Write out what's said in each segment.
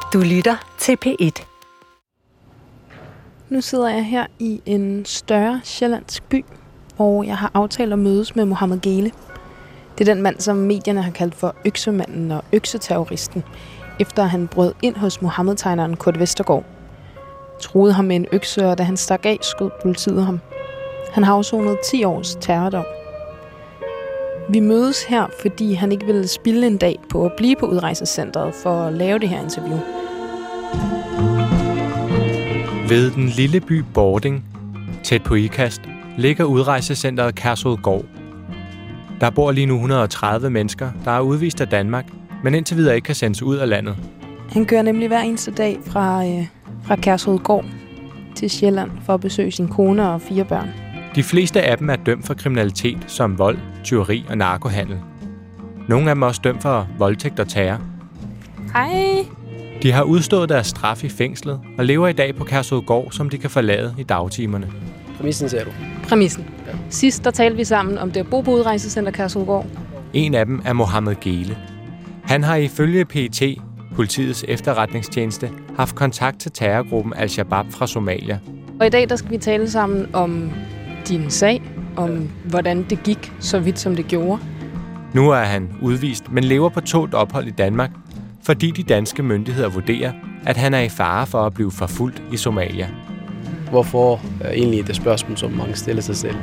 Du lytter til P1. Nu sidder jeg her i en større sjællandsk by, og jeg har aftalt at mødes med Mohammed Geele. Det er den mand, som medierne har kaldt for øksemanden og økseterroristen, efter han brød ind hos Muhammed-tegneren Kurt Vestergaard. Truede ham med en økse, og da han stak af, skød politiet ham. Han har afsonet 10 års terrordom. Vi mødes her, fordi han ikke ville spilde en dag på at blive på udrejsecentret for at lave det her interview. Ved den lille by Bording, tæt på Ikast, ligger udrejsecentret Kærshovedgård. Der bor lige nu 130 mennesker, der er udvist af Danmark, men indtil videre ikke kan sendes ud af landet. Han kører nemlig hver eneste dag fra Kærshovedgård til Sjælland for at besøge sin kone og 4 børn. De fleste af dem er dømt for kriminalitet som vold, tyveri og narkohandel. Nogle af dem er også dømt for voldtægt og terror. Hej! De har udstået deres straf i fængslet og lever i dag på Kærshovedgård, som de kan forlade i dagtimerne. Præmissen, siger du? Præmissen. Ja. Sidst der talte vi sammen om det at bo på udrejsecenter Kærshovedgård. En af dem er Mohammed Geele. Han har ifølge PET, politiets efterretningstjeneste, haft kontakt til terrorgruppen Al-Shabaab fra Somalia. Og i dag der skal vi tale sammen om din sag, om hvordan det gik så vidt som det gjorde. Nu er han udvist, men lever på tålt ophold i Danmark, fordi de danske myndigheder vurderer, at han er i fare for at blive forfulgt i Somalia. Hvorfor er egentlig det spørgsmål, som mange stiller sig selv?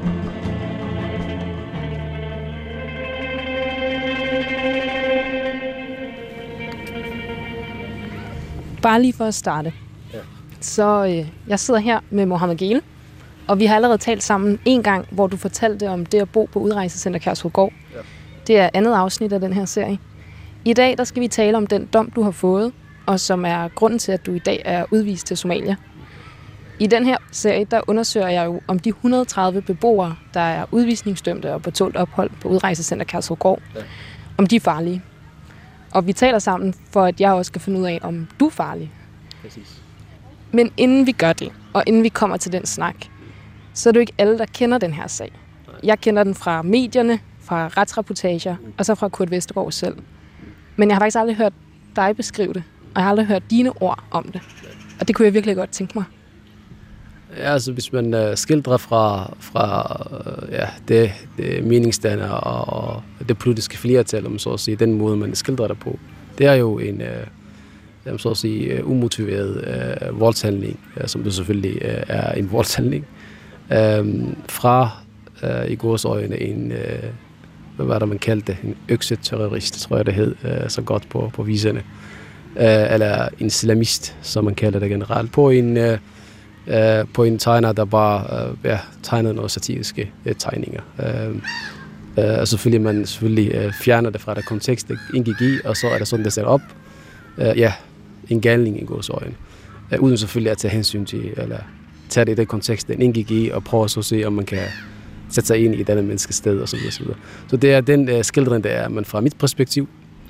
Bare lige for at starte. Ja. Så jeg sidder her med Mohammed Geele, og vi har allerede talt sammen en gang, hvor du fortalte om det at bo på udrejsecenter Kærshovedgård. Ja. Det er andet afsnit af den her serie. I dag der skal vi tale om den dom, du har fået, og som er grunden til, at du i dag er udvist til Somalia. I den her serie, der undersøger jeg jo om de 130 beboere, der er udvisningsdømte og på tålt ophold på udrejsecenter Kærshovedgård, om de er farlige. Og vi taler sammen, for at jeg også skal finde ud af, om du er farlig. Præcis. Men inden vi gør det, og inden vi kommer til den snak, så er det jo ikke alle, der kender den her sag. Jeg kender den fra medierne, fra retsreportager, og så fra Kurt Vestergaard selv. Men jeg har faktisk aldrig hørt dig beskrive det, og jeg har aldrig hørt dine ord om det. Og det kunne jeg virkelig godt tænke mig. Ja, altså hvis man skildrer fra det meningsdanner og det politiske flertal, om så at sige, den måde, man skildrer det på, det er jo en så at sige, umotiveret voldshandling, som det selvfølgelig er en voldshandling, fra i gårsøjne en, hvad var det, man kaldte det, en økseterrorist, tror jeg det hed, så godt på viserne, eller en islamist, som man kalder det generelt, på en tegner, der bare tegnede nogle satiriske tegninger. Selvfølgelig man fjerner det fra det kontekst, det indgik i, og så er det sådan, det sætter op. En galning i gåsøjne. Uden selvfølgelig at tage hensyn til, eller tage det i det kontekst, den indgik i, og prøve at se, om man kan sætte sig ind i denne menneskes sted, og så videre. Så det er den skildring, der er, men fra mit perspektiv,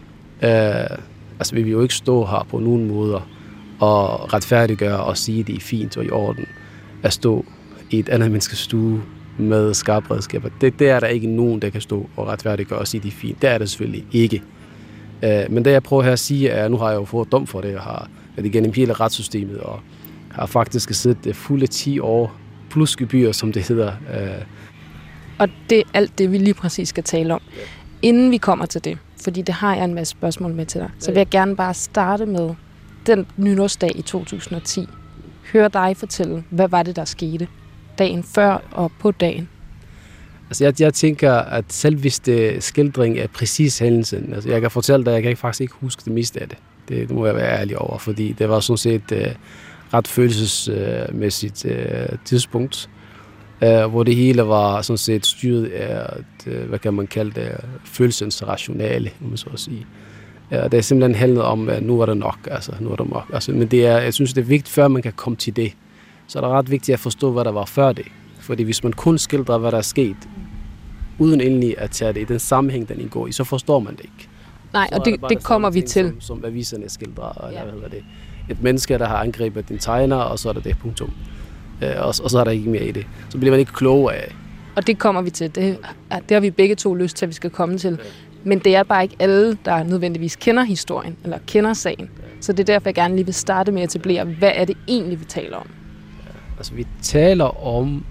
vi vil jo ikke stå her på nogen måder, og retfærdiggøre og sige, at det er fint og i orden at stå i et andet menneskes stue med skarpe redskaber. Det er der ikke nogen, der kan stå og retfærdiggøre og sige, at det er fint. Det er det selvfølgelig ikke. Men det jeg prøver her at sige, er, at nu har jeg jo fået dom for det. Jeg har været igennem hele retssystemet og har faktisk siddet fulde 10 år plus gebyr, som det hedder. Og det er alt det, vi lige præcis skal tale om. Inden vi kommer til det, fordi det har jeg en masse spørgsmål med til dig, så vil jeg gerne bare starte med den nytårsdag i 2010. Hør dig fortælle, hvad var det, der skete dagen før og på dagen? Altså jeg tænker, at selv hvis det skildring er præcis hændelsen, altså jeg kan fortælle dig, jeg kan faktisk ikke huske det meste af det. Det må jeg være ærlig over, fordi det var sådan set ret følelsesmæssigt tidspunkt, hvor det hele var sådan set styret af, hvad kan man kalde det, følelsens rationale, må man så at sige. Det er simpelthen handlet om, at nu er det nok, men jeg synes, det er vigtigt, før man kan komme til det, så er det ret vigtigt at forstå, hvad der var før det. Fordi hvis man kun skildrer, hvad der er sket, uden egentlig at tage det i den sammenhæng, den indgår i, så forstår man det ikke. Nej, og det kommer vi til. Som aviserne skildrer, eller hvad hedder det. Et menneske, der har angrebet en tegner, og så er det punktum. Og så er der ikke mere i det. Så bliver man ikke klogere af. Og det kommer vi til. Det har vi begge to lyst til, at vi skal komme til. Men det er bare ikke alle, der nødvendigvis kender historien, eller kender sagen. Så det er derfor, jeg gerne lige vil starte med at etablere, hvad er det egentlig, vi taler om? Altså, vi taler om,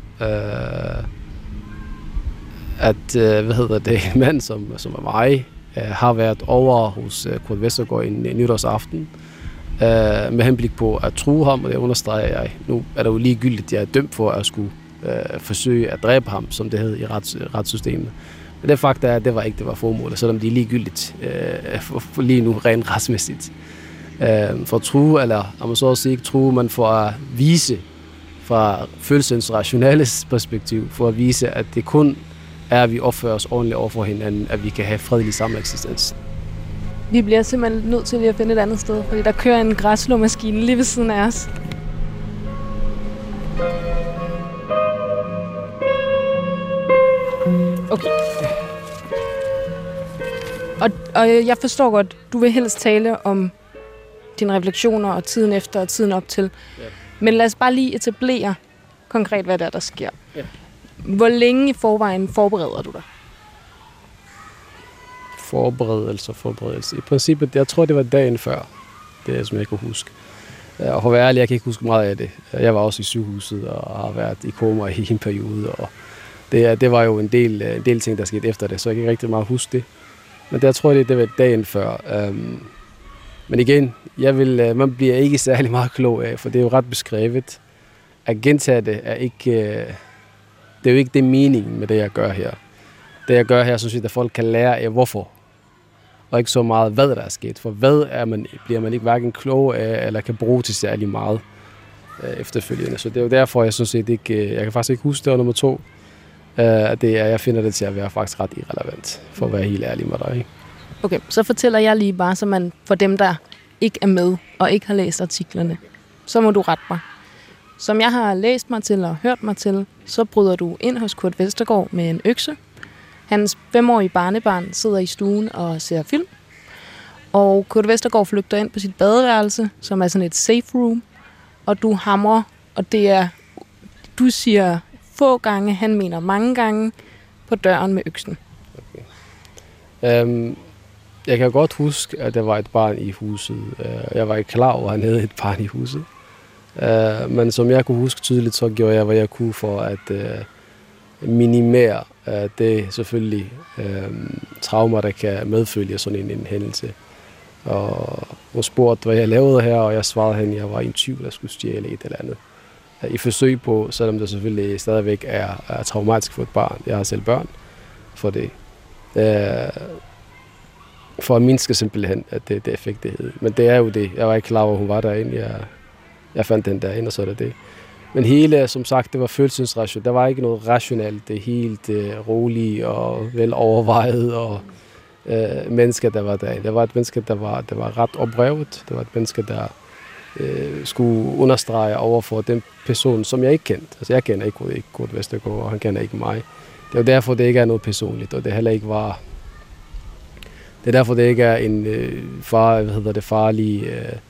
at en mand, som er mig, har været over hos Kurt Vestergaard en nytårsaften, med henblik på at true ham, og det understreger jeg. Nu er det jo ligegyldigt, at jeg er dømt for at skulle forsøge at dræbe ham, som det hed i retssystemet. Men det faktum er, at det var formålet, selvom det er ligegyldigt lige nu rent retsmæssigt. For true, eller om man så også ikke true, man for at vise fra følelsens rationales perspektiv, for at vise, at det kun er, at vi opfører os ordentligt over for hinanden, at vi kan have fredelig sameksistens. Vi bliver simpelthen nødt til lige at finde et andet sted, fordi der kører en græsslåmaskine lige ved siden af os. Okay. Og jeg forstår godt, du vil helst tale om dine refleksioner og tiden efter og tiden op til. Ja. Men lad os bare lige etablere konkret, hvad der sker. Ja. Hvor længe i forvejen forbereder du dig? Forberedelse. I princippet, jeg tror, det var dagen før. Det er, som jeg kan huske. Og for at være ærlig, jeg kan ikke huske meget af det. Jeg var også i sygehuset og har været i koma i en periode. Og det var jo en del ting, der skete efter det, så jeg kan ikke rigtig meget huske det. Men der tror jeg, det var dagen før. Men igen, man bliver ikke særlig meget klog af, for det er jo ret beskrevet. At gentage det er jo ikke det meningen med det, jeg gør her. Det, jeg gør her, synes jeg, at folk kan lære af, hvorfor. Og ikke så meget, hvad der er sket. For bliver man ikke hverken klog af, eller kan bruge til særlig meget efterfølgende. Så det er jo derfor, jeg synes, at jeg kan faktisk ikke huske det, og nummer 2. Jeg finder det til at være faktisk ret irrelevant, for at være helt ærlig med dig. Ikke? Okay, så fortæller jeg lige bare, så man for dem, der ikke er med og ikke har læst artiklerne, så må du rette mig. Som jeg har læst mig til og hørt mig til, så bryder du ind hos Kurt Vestergaard med en økse. Hans 5-årige barnebarn sidder i stuen og ser film. Og Kurt Vestergaard flygter ind på sit badeværelse, som er sådan et safe room. Og du hamrer, og det er, du siger få gange, han mener mange gange, på døren med øksen. Okay. Jeg kan godt huske, at der var et barn i huset. Jeg var ikke klar over, at han havde et barn i huset. Men som jeg kunne huske tydeligt, så gjorde jeg, hvad jeg kunne for at minimere det selvfølgelig traumer, der kan medfølge sådan en hændelse. Og hun spurgte, hvad jeg lavede her, og jeg svarede hende, at jeg var i en tyv, der skulle stjæle et eller andet. I forsøg på, selvom det selvfølgelig stadigvæk er traumatisk for et barn. Jeg har selv børn for det. For at mindske simpelthen, at det effekt, det hed. Men det er jo det. Jeg var ikke klar over, at hun var derinde. Jeg fandt den derinde, og så er det. Men hele, som sagt, det var følelsesration. Der var ikke noget rationelt. Det helt roligt og velovervejet og mennesker, der var derinde. Det var et menneske, der var ret oprevet. Det var et menneske, der skulle understrege over for den person, som jeg ikke kendte. Altså, jeg kender ikke Kurt Vestergaard, og han kender ikke mig. Det er jo derfor, det ikke er noget personligt, og det heller ikke var. Det er derfor, det ikke er en farlig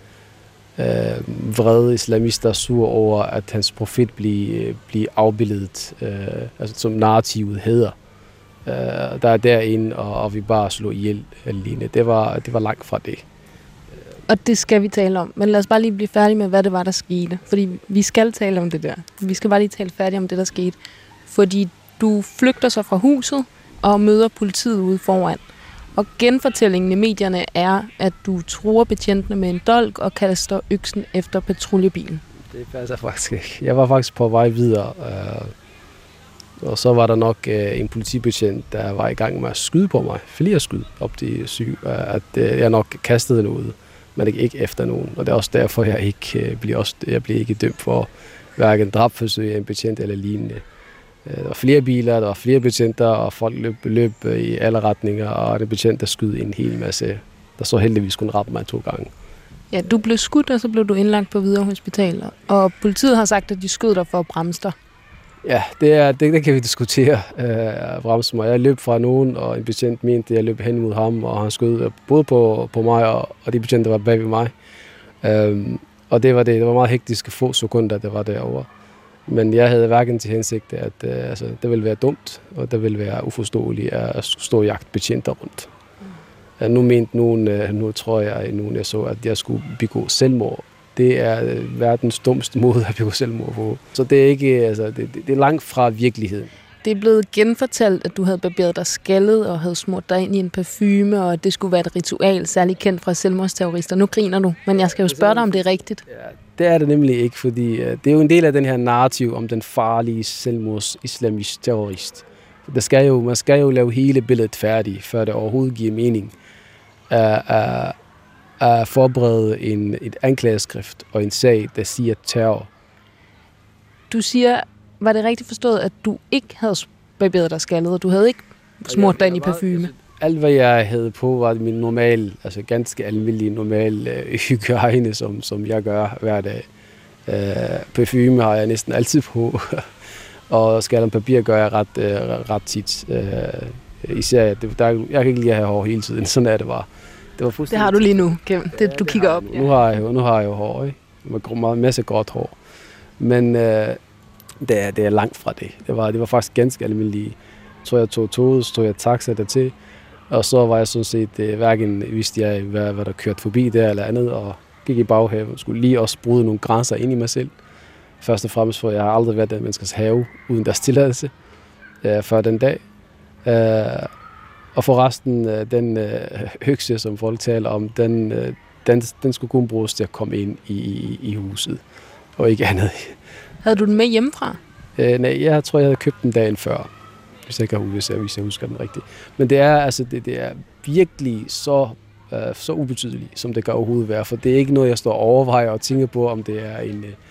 vrede islamist, der er sur over, at hans profet bliver afbildet, altså som narrativet hedder. Der er derinde, og vi bare slår ihjel alene. Det var langt fra det. Og det skal vi tale om. Men lad os bare lige blive færdige med, hvad det var, der skete. Fordi vi skal tale om det der. Vi skal bare lige tale færdigt om det, der skete. Fordi du flygter så fra huset og møder politiet ude foran. Og genfortællingen i medierne er, at du truer betjentene med en dolk og kaster øksen efter patruljebilen. Det passer faktisk ikke. Jeg var faktisk på vej videre. Og så var der nok en politibetjent, der var i gang med at skyde på mig. Flere skud op til 7. At jeg nok kastede noget, men ikke efter nogen. Og det er også derfor, jeg blev ikke dømt for hverken drabforsøg af en betjent eller lignende. Der var flere biler, der var flere betjenter, og folk løb i alle retninger, og det betjent, der skød en hel masse. Der så heldigvis kun ramt mig 2 gange. Ja, du blev skudt, og så blev du indlagt på Hvidovre Hospital. Og politiet har sagt, at de skød dig for at bremse dig. Ja, det kan vi diskutere. Bremse mig. Jeg løb fra nogen, og en betjent mente, at jeg løb hen mod ham, og han skød både på mig, og de betjente var bag ved mig. Og det var det. Det var meget hektiske få sekunder, det var derovre. Men jeg havde hverken til hensigt, at det ville være dumt, og det ville være uforståeligt at stå og jagte betjenter rundt. Nu tror jeg, nogen jeg så, at jeg skulle begå selvmord. Det er verdens dummeste måde at begå selvmord på. Så det er ikke, altså, det er langt fra virkeligheden. Det er blevet genfortalt, at du havde barberet dig skaldet og havde smurt dig ind i en parfume, og at det skulle være et ritual, særligt kendt fra selvmordsterrorister. Nu griner du, men jeg skal jo spørge dig, om det er rigtigt. Ja, det er det nemlig ikke, fordi det er jo en del af den her narrativ om den farlige selvmords-islamisk terrorist. Man skal jo lave hele billedet færdigt, før det overhovedet giver mening at forberede et anklageskrift og en sag, der siger terror. Du siger, var det rigtigt forstået, at du ikke havde barberet dig skaldet, og du havde ikke smurt dig ind i parfume? Alt, hvad jeg havde på, var min normale, altså ganske almindelige, normale hygiejne, som jeg gør hver dag. Parfume har jeg næsten altid på, og skaldet papir gør jeg ret tit. Især, jeg kan ikke lide at have hår hele tiden, sådan er det bare. Det har du lige nu, Kim. Du kigger op. Nu har jeg jo hår, ikke? Med en masse gråt hår. Men det er langt fra det. Det var faktisk ganske almindeligt. Så jeg tog toget, så tog jeg taxa dertil, og så var jeg sådan set, hverken vidste jeg, hvad der kørte forbi der eller andet, og gik i baghaven, skulle lige også bryde nogle grænser ind i mig selv. Først og fremmest, for jeg har aldrig været i menneskers have, uden deres tilladelse, før den dag. Og for resten, den høgse, som folk taler om, den skulle kun bruges til at komme ind i huset, og ikke andet. Havde du den med hjemmefra? Nej, jeg tror, jeg havde købt den dagen før, hvis jeg husker den rigtigt. Men det er virkelig så ubetydeligt, som det kan overhovedet være, for det er ikke noget, jeg står og overvejer og tænker på, om det er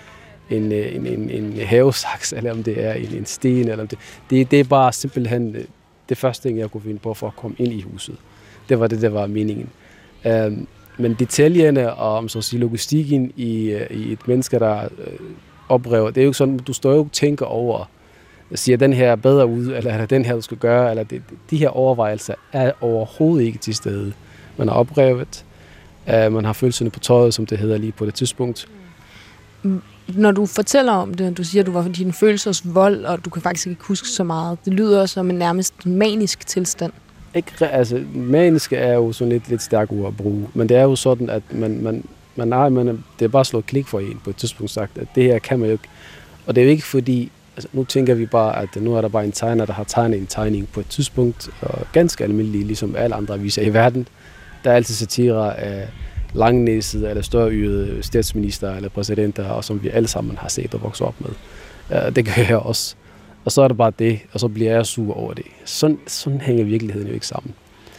en havesaks, eller om det er en sten, eller om det er bare simpelthen det første ting, jeg kunne finde på for at komme ind i huset. Det var det, der var meningen. Men detaljerne og så at sige, logistikken i et menneske, der oprever, det er jo sådan, du står jo og tænker over, siger den her bedre ud, eller er det den her, du skal gøre, eller de her overvejelser er overhovedet ikke til stede. Man har oprevet, man har følelserne på tøjet, som det hedder lige på det tidspunkt. Når du fortæller om det, du siger, at du var for din følelsers vold, og du kan faktisk ikke huske så meget. Det lyder også som en nærmest manisk tilstand. Altså, manisk er jo sådan lidt stærkt ord at bruge, men det er jo sådan, at det er bare slået klik for en på et tidspunkt sagt, at det her kan man jo ikke. Og det er jo ikke fordi, altså, nu tænker vi bare, at nu er der bare en tegner, der har tegnet en tegning på et tidspunkt, og ganske almindeligt, ligesom alle andre aviser i verden. Der er altid satire af langnæsede eller størreørede statsminister eller præsidenter, og som vi alle sammen har set og vokset op med. Det gør jeg også. Og så er det bare det, og så bliver jeg sur over det. Sådan hænger virkeligheden jo ikke sammen.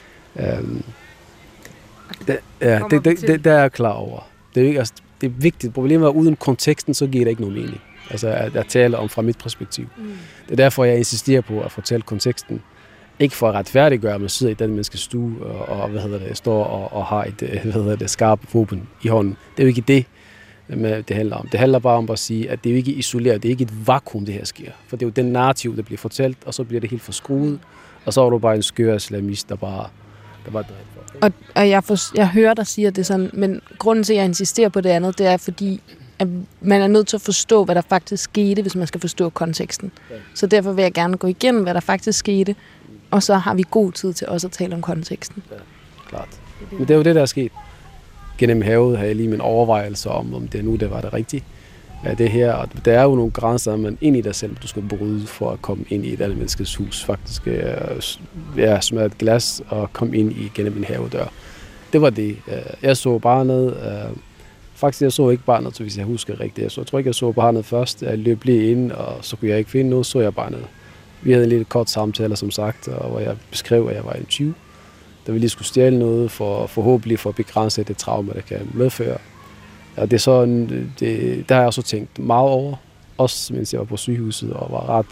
Det er jeg klar over. Det er, ikke, altså, det er vigtigt. Problemet er, at uden konteksten, så giver det ikke nogen mening. Altså, at tale om fra mit perspektiv. Det er derfor, jeg insisterer på at fortælle konteksten. Ikke for at retfærdiggøre, at man sidder i den menneskes stue og står og har et skarpt våben i hånden. Det er jo ikke det, det handler om. Det handler bare om at sige, at det er jo ikke isoleret. Det er ikke et vakuum, det her sker. For det er jo den narrativ, der bliver fortalt, og så bliver det helt forskruet. Og så er du bare en skør islamist, der bare dræber. Og jeg hører dig sige, at det er sådan, men grunden til, at jeg insisterer på det andet, det er fordi, at man er nødt til at forstå, hvad der faktisk skete, hvis man skal forstå konteksten. Ja. Så derfor vil jeg gerne gå igennem, hvad der faktisk skete, og så har vi god tid til også at tale om konteksten. Ja, klart. Men det er jo det, der er sket. Gennem havet har jeg lige min overvejelse om det nu, det var det rigtige. Ja, det her, og der er jo nogle grænser, man ind i dig selv, du skal bryde for at komme ind i et andet menneskes hus. Faktisk smøre et glas og komme ind gennem en havedør. Det var det. Jeg så barnet. Faktisk, jeg så ikke barnet, hvis jeg husker rigtigt. Jeg tror ikke, jeg så barnet først. Jeg løb lige ind, og så kunne jeg ikke finde noget, så jeg barnet. Vi havde en lille kort samtale, som sagt, og hvor jeg beskrev, at jeg var en 20. Da vi lige skulle stjæle noget, forhåbentlig for at begrænse det traume, der kan medføre. Og det er sådan, der har jeg også tænkt meget over, også mens jeg var på sygehuset, og var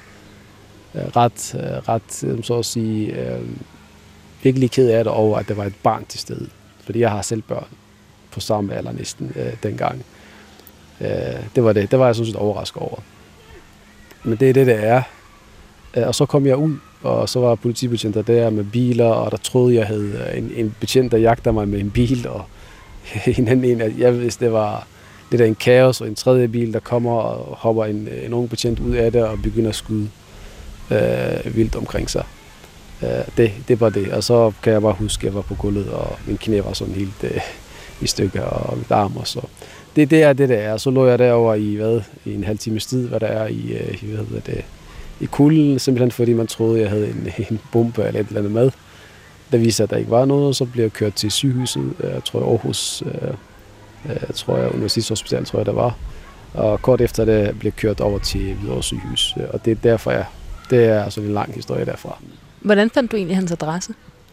ret så at sige, virkelig ked af det over, at der var et barn til stede. Fordi jeg har selv børn på samme alder næsten dengang. Det var jeg sådan set overrasket over. Men det er det er. Og så kom jeg ud, og så var politibetjenter der med biler, og der troede jeg havde en betjent, der jagter mig med en bil, og jeg vidste, det var lidt af en kaos, og en tredje bil, der kommer og hopper en ung betjent ud af det, og begynder at skyde vildt omkring sig. Det var det. Og så kan jeg bare huske, at jeg var på gulvet, og min knæ var sådan helt i stykker, og mit arm og så. Det er det, der er. Så lå jeg derover i en halv times tid, hvad der er i kulden, simpelthen fordi man troede, jeg havde en bombe eller et eller andet med. Der viste at der ikke var noget, og så blev jeg kørt til sygehuset, jeg tror Aarhus, Universitetshospital, tror jeg, der var. Og kort efter det blev kørt over til Hvidovre sygehus, og det er derfor, det er altså en lang historie derfra. Hvordan fandt du egentlig hans adresse?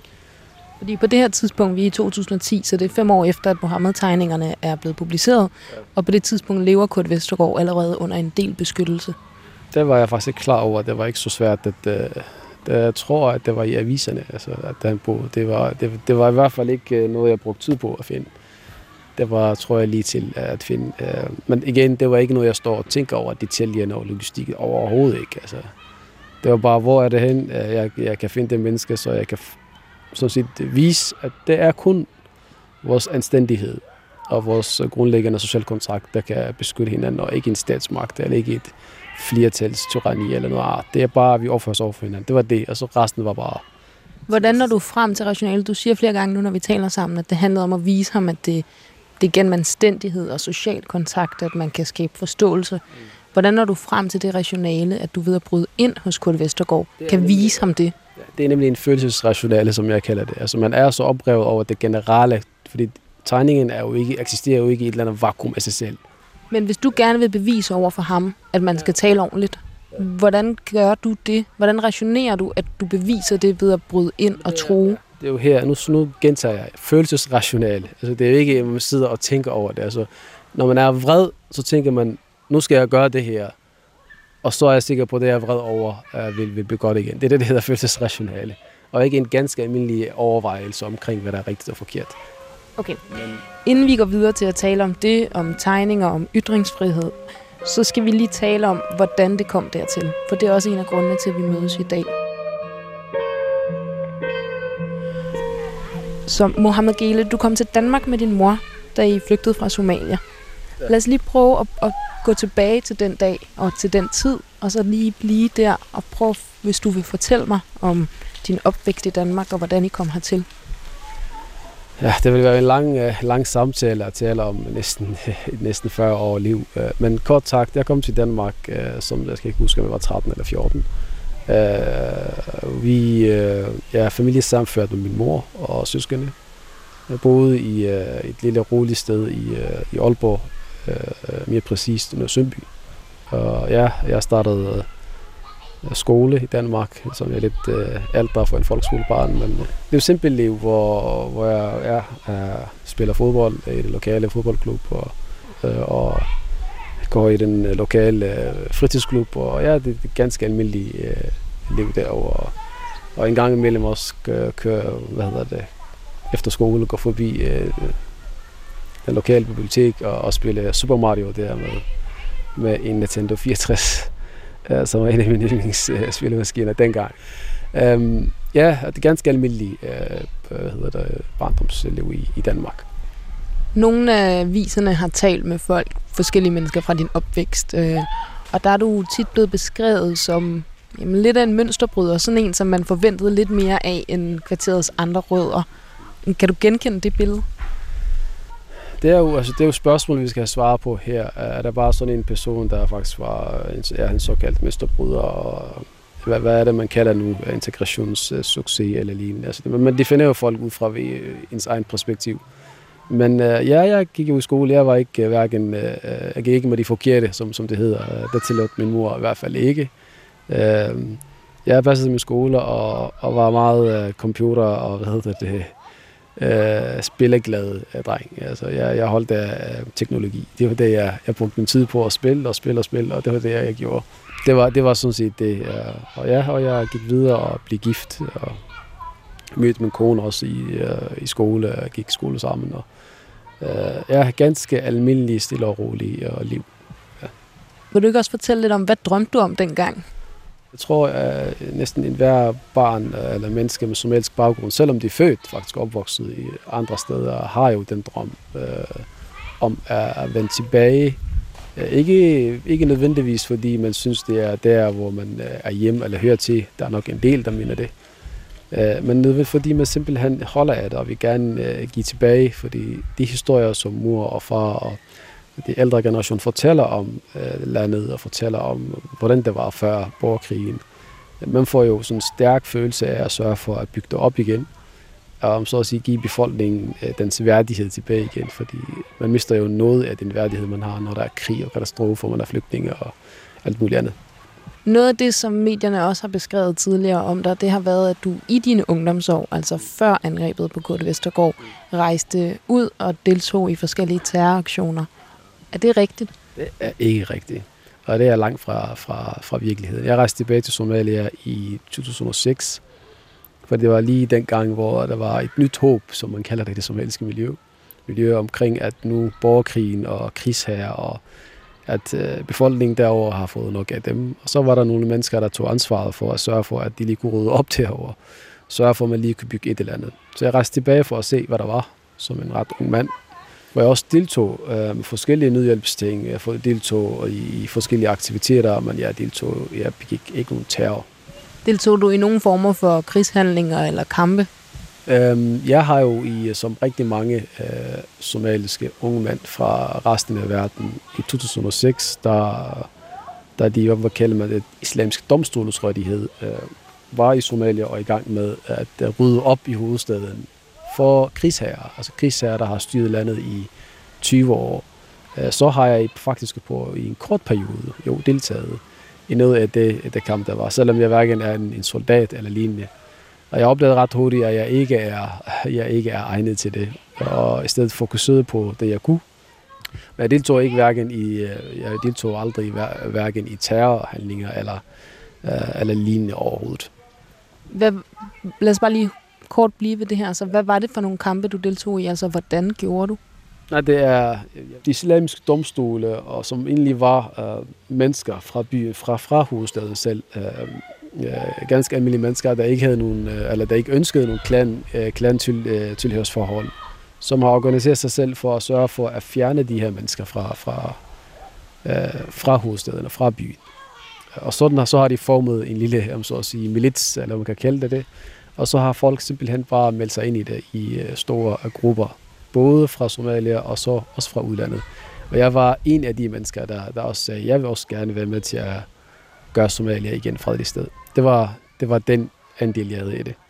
Fordi på det her tidspunkt, vi er i 2010, så det er 5 år efter, at Mohammed-tegningerne er blevet publiceret, og på det tidspunkt lever Kurt Vestergaard allerede under en del beskyttelse. Det var jeg faktisk ikke klar over. Det var ikke så svært, at jeg tror, at det var i aviserne, altså, at han boede. Det var i hvert fald ikke noget, jeg brugte tid på at finde. Det var, tror jeg, lige til at finde. Men igen, det var ikke noget, jeg står og tænker over detaljerne og logistik overhovedet ikke. Altså, det var bare, hvor er det hen? Jeg kan finde det menneske, så jeg kan sådan set vise, at det er kun vores anstændighed og vores grundlæggende social kontrakt, der kan beskytte hinanden, og ikke en statsmagt, eller ikke et flertalstyranni eller noget art. Det er bare, at vi opfører os over for hinanden. Det var det, og så resten var bare... Hvordan når du frem til rationale? Du siger flere gange nu, når vi taler sammen, at det handler om at vise ham, at det er gennem anstændighed og social kontakt, at man kan skabe forståelse. Hvordan når du frem til det rationale, at du ved at bryde ind hos Kurt Vestergaard, kan vise ham det? Det er nemlig en følelsesrationale, som jeg kalder det. Altså man er så oprevet over det generelle, fordi tegningen eksisterer jo ikke i et eller andet vakuum af sig selv. Men hvis du gerne vil bevise over for ham, at man skal tale ordentligt, hvordan gør du det? Hvordan rationerer du, at du beviser det ved at bryde ind og true? Det er jo her, nu gentager jeg, følelsesrationale. Altså det er jo ikke, at man sidder og tænker over det. Altså, når man er vred, så tænker man, nu skal jeg gøre det her. Og så er jeg sikker på, at det jeg er vred over, vil blive godt igen. Det er det, der hedder følelsesrationale. Og ikke en ganske almindelig overvejelse omkring, hvad der er rigtigt og forkert. Okay. Inden vi går videre til at tale om det, om tegninger, om ytringsfrihed, så skal vi lige tale om, hvordan det kom dertil. For det er også en af grundene til, at vi mødes i dag. Så Mohammed Geele, du kom til Danmark med din mor, da I flygtede fra Somalia. Ja. Lad os lige prøve at gå tilbage til den dag og til den tid, og så lige blive der og prøve, hvis du vil fortælle mig om din opvækst i Danmark og hvordan I kom hertil. Ja, det vil være en lang samtale at tale om næsten 40 år liv. Men kort sagt, jeg kom til Danmark, som jeg skal ikke huske, om jeg var 13 eller 14. Vi er familiesammenført med min mor og søskende. Jeg boede i et lille roligt sted i Aalborg, mere præcist under Sønby. Og ja, jeg startede skole i Danmark, som er lidt ældre for en folkeskolebarn, men det er jo simpelt liv, hvor jeg spiller fodbold i det lokale fodboldklub, og går i den lokale fritidsklub, og ja, det er ganske almindeligt liv derovre. Og en gang imellem også kører, efter skole, går forbi den lokale bibliotek og spille Super Mario der med en Nintendo 64, som var en af mine yndlingsspillemaskiner dengang. Ja, det er ganske almindeligt barndomsliv i Danmark. Nogle af viserne har talt med folk, forskellige mennesker fra din opvækst, og der er du tit blevet beskrevet som lidt af en mønsterbryder, sådan en, som man forventede lidt mere af end kvarterets andre rødder. Kan du genkende det billede? Det er jo spørgsmål, vi skal have svar på her. Er der bare sådan en person, der faktisk var en såkaldt mønsterbryder, og hvad er det, man kalder nu integrationssucces eller lignende? Altså, man definerer jo folk ud fra ens egen perspektiv. Men jeg gik jo i skole. Jeg var ikke jeg gik ikke med de forkerte, som det hedder. Det tillod min mor i hvert fald ikke. Jeg passede min skole og var meget computer og spilleglad dreng. Altså, jeg holdt af teknologi. Det var det, jeg brugte min tid på at spille, og det var det, jeg gjorde. Det var sådan set det. Og jeg gik videre og blev gift, og mødte min kone også i skole, og gik i skole sammen. Og, ganske almindelig, stille og rolig liv. Ja. Vil du ikke også fortælle lidt om, hvad drømte du om dengang? Jeg tror, at næsten enhver barn eller menneske med somalisk baggrund, selvom de er født, faktisk opvokset i andre steder, har jo den drøm om at vende tilbage. Ikke nødvendigvis, fordi man synes, det er der, hvor man er hjemme eller hører til. Der er nok en del, der mener det. Men fordi man simpelthen holder af det, og vil gerne give tilbage, fordi de historier, som mor og far og de ældre generation fortæller om landet, og fortæller om, hvordan det var før borgerkrigen. Man får jo sådan en stærk følelse af at sørge for at bygge det op igen, og så at sige give befolkningen dens værdighed tilbage igen, fordi man mister jo noget af den værdighed, man har, når der er krig og katastrofer, man er flygtninge og alt muligt andet. Noget af det, som medierne også har beskrevet tidligere om dig, det har været, at du i dine ungdomsår, altså før angrebet på Kurt Vestergaard, rejste ud og deltog i forskellige terroraktioner. Er det rigtigt? Det er ikke rigtigt, og det er langt fra virkeligheden. Jeg rejste tilbage til Somalia i 2006, for det var lige den gang, hvor der var et nyt håb, som man kalder det i det somaliske miljø omkring, at nu borgerkrigen og krigsherrer og at befolkningen derover har fået nok af dem. Og så var der nogle mennesker, der tog ansvaret for at sørge for, at de lige kunne rydde op derover. Sørge for, at man lige kunne bygge et eller andet. Så jeg rejste tilbage for at se, hvad der var, som en ret ung mand. Hvor jeg også deltog med forskellige nødhjælpsting. Jeg deltog i forskellige aktiviteter, men jeg begik ikke nogen terror. Deltog du i nogle former for krigshandlinger eller kampe? Jeg har jo som rigtig mange somaliske unge mænd fra resten af verden i 2006, da de, hvad kalder man det, islamisk domstolsrettighed, var i Somalia og i gang med at rydde op i hovedstaden for krigsherrer, altså krigsherrer, der har styret landet i 20 år. Så har jeg faktisk i en kort periode deltaget i noget af det kamp, der var, selvom jeg hverken er en soldat eller lignende. Og jeg oplevede ret hurtigt, at jeg ikke er egnet til det, og i stedet fokuserede på det, jeg kunne. Men jeg deltog aldrig hverken i terrorhandlinger eller lignende overhovedet. Lad os bare lige kort blive ved det her. Så hvad var det for nogle kampe, du deltog i? Altså, hvordan gjorde du? Nej, det er de islamiske domstole, og som egentlig var mennesker fra byen, fra hovedstaden selv. Ganske almindelige mennesker, der ikke havde nogen, eller der ikke ønskede nogen klan-tilhørsforhold, som har organiseret sig selv for at sørge for at fjerne de her mennesker fra hovedstaden og fra byen. Og så har de formet en lille, så at sige, milits, eller man kan kalde det, og så har folk simpelthen bare meldt sig ind i det i store grupper, både fra Somalia og så også fra udlandet. Og jeg var en af de mennesker, der også sagde, jeg vil også gerne være med til at gøre Somalia igen fredeligt sted. Det var den andel, jeg havde i det.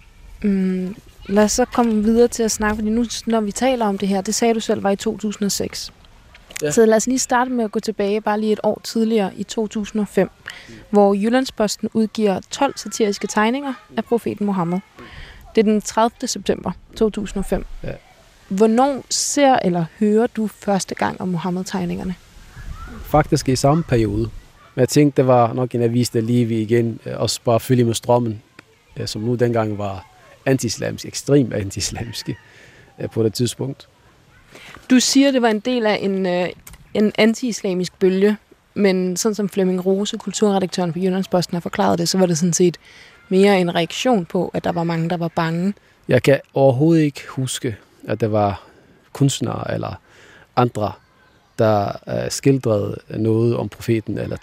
Lad os så komme videre til at snakke, fordi nu, når vi taler om det her, det sagde du selv var i 2006. Ja. Så lad os lige starte med at gå tilbage bare lige et år tidligere i 2005, hvor Jyllandsposten udgiver 12 satiriske tegninger af profeten Muhammed. Det er den 30. september 2005. Ja. Hvornår ser eller hører du første gang om Muhammed-tegningerne? Faktisk i samme periode. Men jeg tænkte, det var nok en avis, der lige vi igen også bare følge med strømmen, som nu dengang var anti-islamisk, ekstremt anti-islamiske på det tidspunkt. Du siger, det var en del af en anti-islamisk bølge, men sådan som Flemming Rose, kulturredaktøren på Jyllandsposten, har forklaret det, så var det sådan set mere en reaktion på, at der var mange, der var bange. Jeg kan overhovedet ikke huske, at der var kunstnere eller andre, der skildrede noget om profeten, eller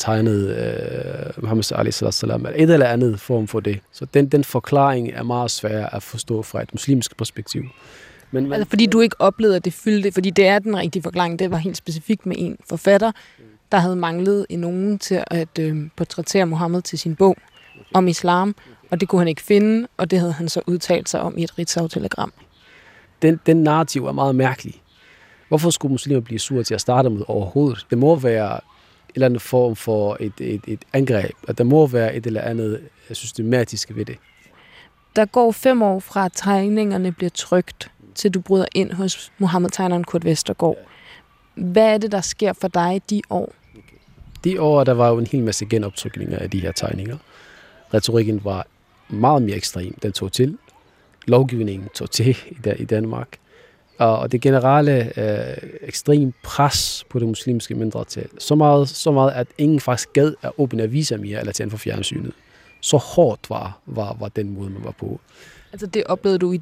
tegnede Muhammed sallallahu eller et eller andet form for det. Så den forklaring er meget svær at forstå fra et muslimsk perspektiv. Men altså, fordi du ikke oplevede, at det fyldte, fordi det er den rigtige forklaring, det var helt specifikt med en forfatter, der havde manglet i nogen til at portrættere Muhammed til sin bog om islam, og det kunne han ikke finde, og det havde han så udtalt sig om i et Ritzau-telegram. Den narrativ er meget mærkelig. Hvorfor skulle muslimer blive sure til at starte med overhovedet? Det må være en eller anden form for et angreb, at der må være et eller andet systematisk ved det. Der går 5 år fra at tegningerne bliver trykt, til du bryder ind hos Muhammed-tegneren Kurt Vestergaard. Hvad er det, der sker for dig de år? De år, der var jo en hel masse genoptrykninger af de her tegninger. Retorikken var meget mere ekstrem. Den tog til. Lovgivningen tog til i Danmark. Og det generelle ekstrem pres på det muslimske mindretal. Så meget, at ingen faktisk gad at åbne aviser mere eller tænde for fjernsynet. Så hårdt var den måde, man var på. Altså det oplevede du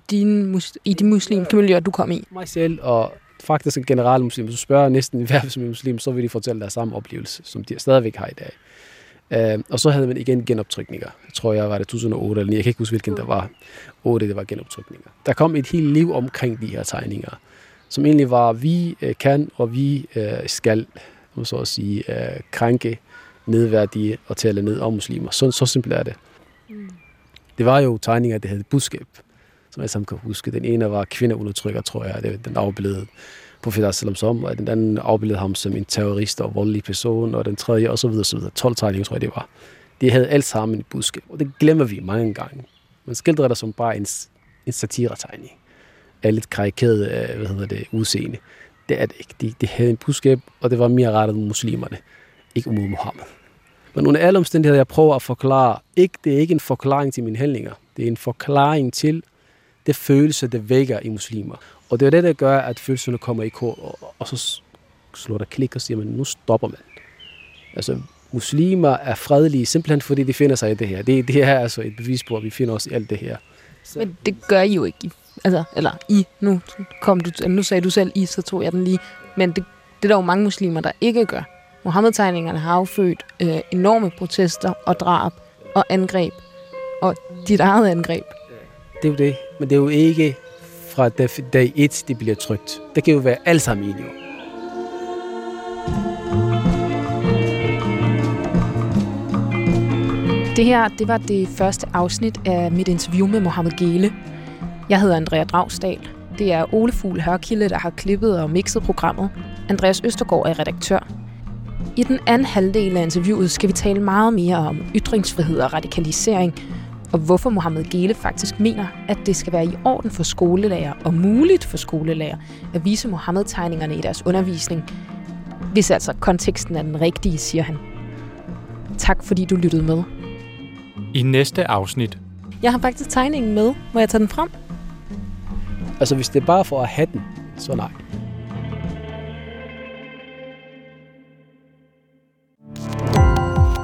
i de muslimske miljøer, du kom i? Mig selv og faktisk en generel muslim. Hvis du spørger næsten hver som en muslim, så vil de fortælle deres samme oplevelse, som de stadigvæk har i dag. Og så havde man igen genoptrykninger. Jeg tror, jeg var det 2008 eller 9. Jeg kan ikke huske, hvilken der var. 8, det var genoptrykninger. Der kom et helt liv omkring de her tegninger, som egentlig var, vi kan og vi skal, så at sige, krænke, nedværdige og tale ned om muslimer. Så simpelt er det. Det var jo tegninger, der havde et budskab, som jeg sammen kan huske. Den ene var kvindeundertrykker, tror jeg. Det den afbildede profet sallam som, og den anden afbildede ham som en terrorist og voldelig person, og den tredje og så videre. 12 tegninger, tror jeg, det var. De havde alt sammen et budskab, og det glemmer vi mange gange. Man skildrer det som bare en satiretegning af lidt karikeret, udseende. Det er det ikke. De havde en budskab, og det var mere rettet mod muslimerne, ikke mod Muhammed. Men under alle omstændigheder, jeg prøver at forklare, det er ikke en forklaring til mine handlinger. Det er en forklaring til det følelse, det vækker i muslimer. Og det er det, der gør, at følelserne kommer i kor, og så slår der klik og siger, man, nu stopper man. Altså, muslimer er fredelige, simpelthen fordi de finder sig i det her. Det her er altså et bevis på, at vi finder os i alt det her. Så. Men det gør I jo ikke. Altså, eller I. Nu sagde du selv I, så tog jeg den lige. Men det er der jo mange muslimer, der ikke gør. Muhammed-tegningerne har affødt enorme protester og drab og angreb. Og dit eget angreb. Det er jo det. Men det er jo ikke fra dag 1, det bliver trykt. Det kan jo være alt sammen enige. Det her, det var det første afsnit af mit interview med Mohammed Geele. Jeg hedder Andrea Dragsdal. Det er Ole Fugl Hørkilde, der har klippet og mixet programmet. Andreas Østergaard er redaktør. I den anden halvdel af interviewet skal vi tale meget mere om ytringsfrihed og radikalisering, og hvorfor Mohammed Geele faktisk mener, at det skal være i orden for skolelærer og muligt for skolelærer at vise Mohammed-tegningerne i deres undervisning, hvis altså konteksten er den rigtige, siger han. Tak fordi du lyttede med. I næste afsnit. Jeg har faktisk tegningen med. Må jeg tage den frem? Altså hvis det er bare for at have den, så nej.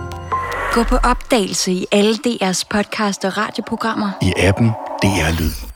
Gå på opdagelse i alle DR's podcast og radioprogrammer. I appen DR Lyd.